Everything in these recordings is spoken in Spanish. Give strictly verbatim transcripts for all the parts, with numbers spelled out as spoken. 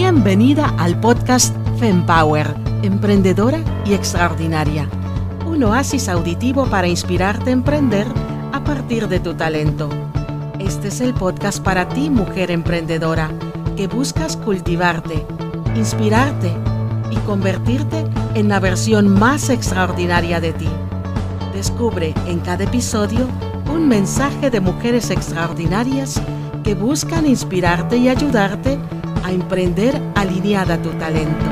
Bienvenida al podcast Fempower, emprendedora y extraordinaria. Un oasis auditivo para inspirarte a emprender a partir de tu talento. Este es el podcast para ti, mujer emprendedora, que buscas cultivarte, inspirarte y convertirte en la versión más extraordinaria de ti. Descubre en cada episodio un mensaje de mujeres extraordinarias que buscan inspirarte y ayudarte a emprender alineada a tu talento.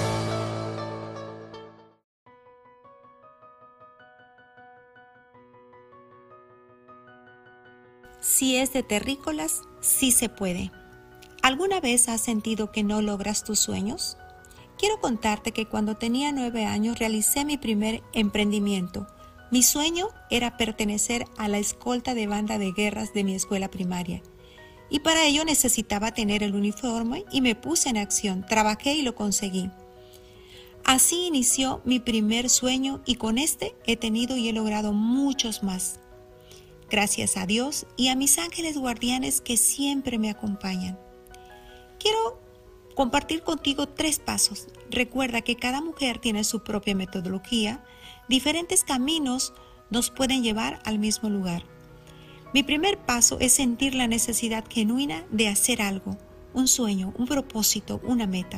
Si es de terrícolas, sí se puede. ¿Alguna vez has sentido que no logras tus sueños? Quiero contarte que cuando tenía nueve años realicé mi primer emprendimiento. Mi sueño era pertenecer a la escolta de banda de guerras de mi escuela primaria. Y para ello necesitaba tener el uniforme y me puse en acción, trabajé y lo conseguí. Así inició mi primer sueño y con este he tenido y he logrado muchos más. Gracias a Dios y a mis ángeles guardianes que siempre me acompañan. Quiero compartir contigo tres pasos. Recuerda que cada mujer tiene su propia metodología. Diferentes caminos nos pueden llevar al mismo lugar. Mi primer paso es sentir la necesidad genuina de hacer algo, un sueño, un propósito, una meta.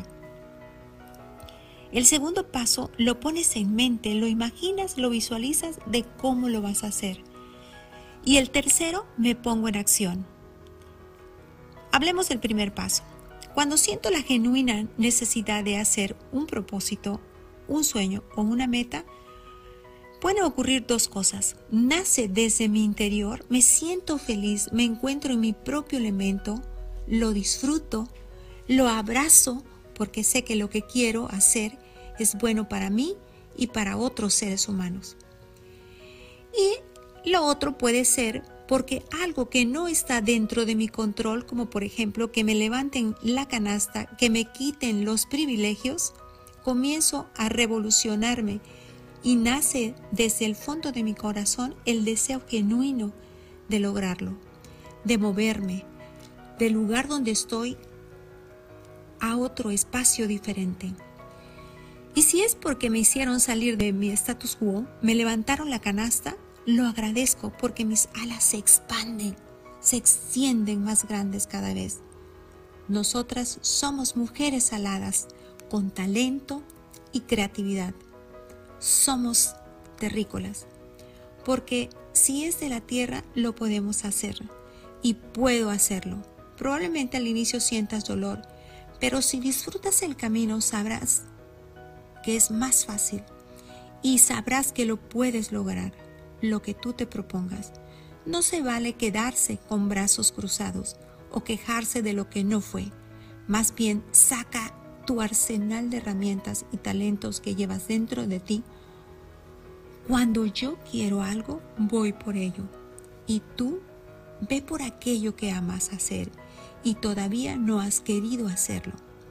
El segundo paso lo pones en mente, lo imaginas, lo visualizas de cómo lo vas a hacer. Y el tercero, me pongo en acción. Hablemos del primer paso. Cuando siento la genuina necesidad de hacer un propósito, un sueño o una meta, pueden ocurrir dos cosas. Nace desde mi interior, me siento feliz, me encuentro en mi propio elemento, lo disfruto, lo abrazo porque sé que lo que quiero hacer es bueno para mí y para otros seres humanos. Y lo otro puede ser porque algo que no está dentro de mi control, como por ejemplo que me levanten la canasta, que me quiten los privilegios, comienzo a revolucionarme. Y nace desde el fondo de mi corazón el deseo genuino de lograrlo, de moverme del lugar donde estoy a otro espacio diferente. Y si es porque me hicieron salir de mi status quo, me levantaron la canasta, lo agradezco porque mis alas se expanden, se extienden más grandes cada vez. Nosotras somos mujeres aladas con talento y creatividad. Somos terrícolas, porque si es de la tierra lo podemos hacer y puedo hacerlo. Probablemente al inicio sientas dolor, pero si disfrutas el camino sabrás que es más fácil y sabrás que lo puedes lograr, lo que tú te propongas. No se vale quedarse con brazos cruzados o quejarse de lo que no fue. Más bien saca tu arsenal de herramientas y talentos que llevas dentro de ti. Cuando yo quiero algo, voy por ello. Y tú ve por aquello que amas hacer y todavía no has querido hacerlo.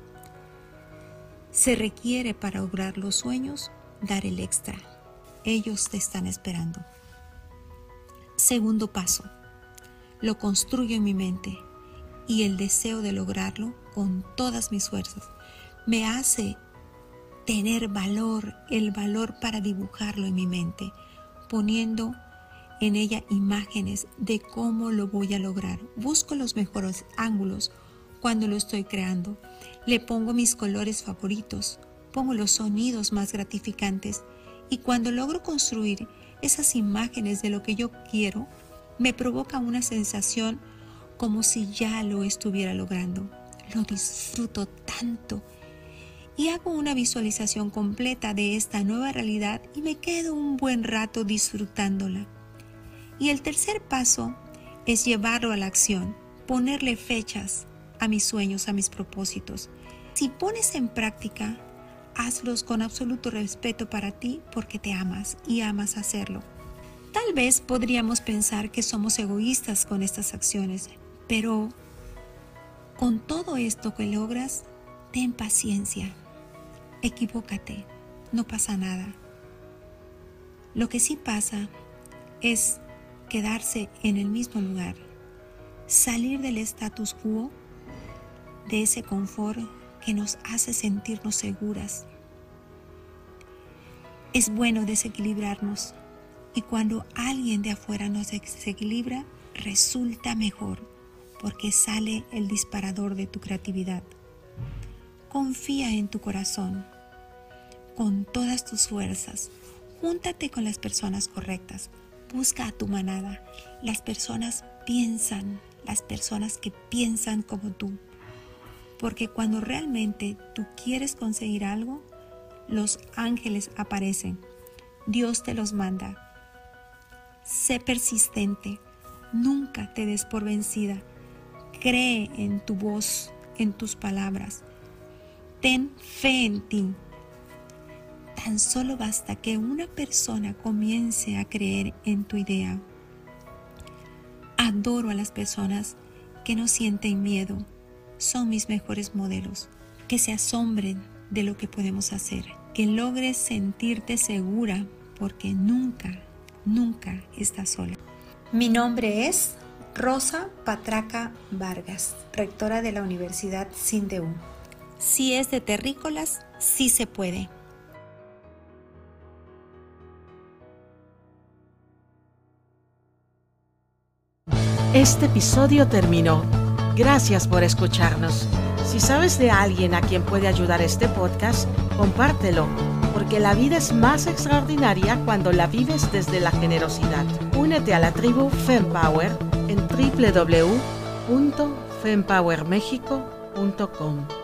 Se requiere para lograr los sueños dar el extra. Ellos te están esperando. Segundo paso, lo construyo en mi mente y el deseo de lograrlo con todas mis fuerzas me hace tener valor, el valor para dibujarlo en mi mente, poniendo en ella imágenes de cómo lo voy a lograr. Busco los mejores ángulos cuando lo estoy creando. Le pongo mis colores favoritos, pongo los sonidos más gratificantes y cuando logro construir esas imágenes de lo que yo quiero, me provoca una sensación como si ya lo estuviera logrando. Lo disfruto tanto. Y hago una visualización completa de esta nueva realidad y me quedo un buen rato disfrutándola. Y el tercer paso es llevarlo a la acción, ponerle fechas a mis sueños, a mis propósitos. Si pones en práctica, hazlos con absoluto respeto para ti porque te amas y amas hacerlo. Tal vez podríamos pensar que somos egoístas con estas acciones, pero con todo esto que logras, ten paciencia. Equivócate, no pasa nada. Lo que sí pasa es quedarse en el mismo lugar, salir del status quo, de ese confort que nos hace sentirnos seguras. Es bueno desequilibrarnos, y cuando alguien de afuera nos desequilibra, resulta mejor, porque sale el disparador de tu creatividad. Confía en tu corazón, con todas tus fuerzas. Júntate con las personas correctas. Busca a tu manada. Las personas piensan, las personas que piensan como tú. Porque cuando realmente tú quieres conseguir algo, los ángeles aparecen. Dios te los manda. Sé persistente. Nunca te des por vencida. Cree en tu voz, en tus palabras. Ten fe en ti. Tan solo basta que una persona comience a creer en tu idea. Adoro a las personas que no sienten miedo. Son mis mejores modelos. Que se asombren de lo que podemos hacer. Que logres sentirte segura, porque nunca, nunca estás sola. Mi nombre es Rosa Patraca Vargas, rectora de la Universidad Sindeu. Si es de terrícolas, sí se puede. Este episodio terminó. Gracias por escucharnos. Si sabes de alguien a quien puede ayudar este podcast, compártelo, porque la vida es más extraordinaria cuando la vives desde la generosidad. Únete a la tribu FemPower en doble u doble u doble u punto fempower mexico punto com.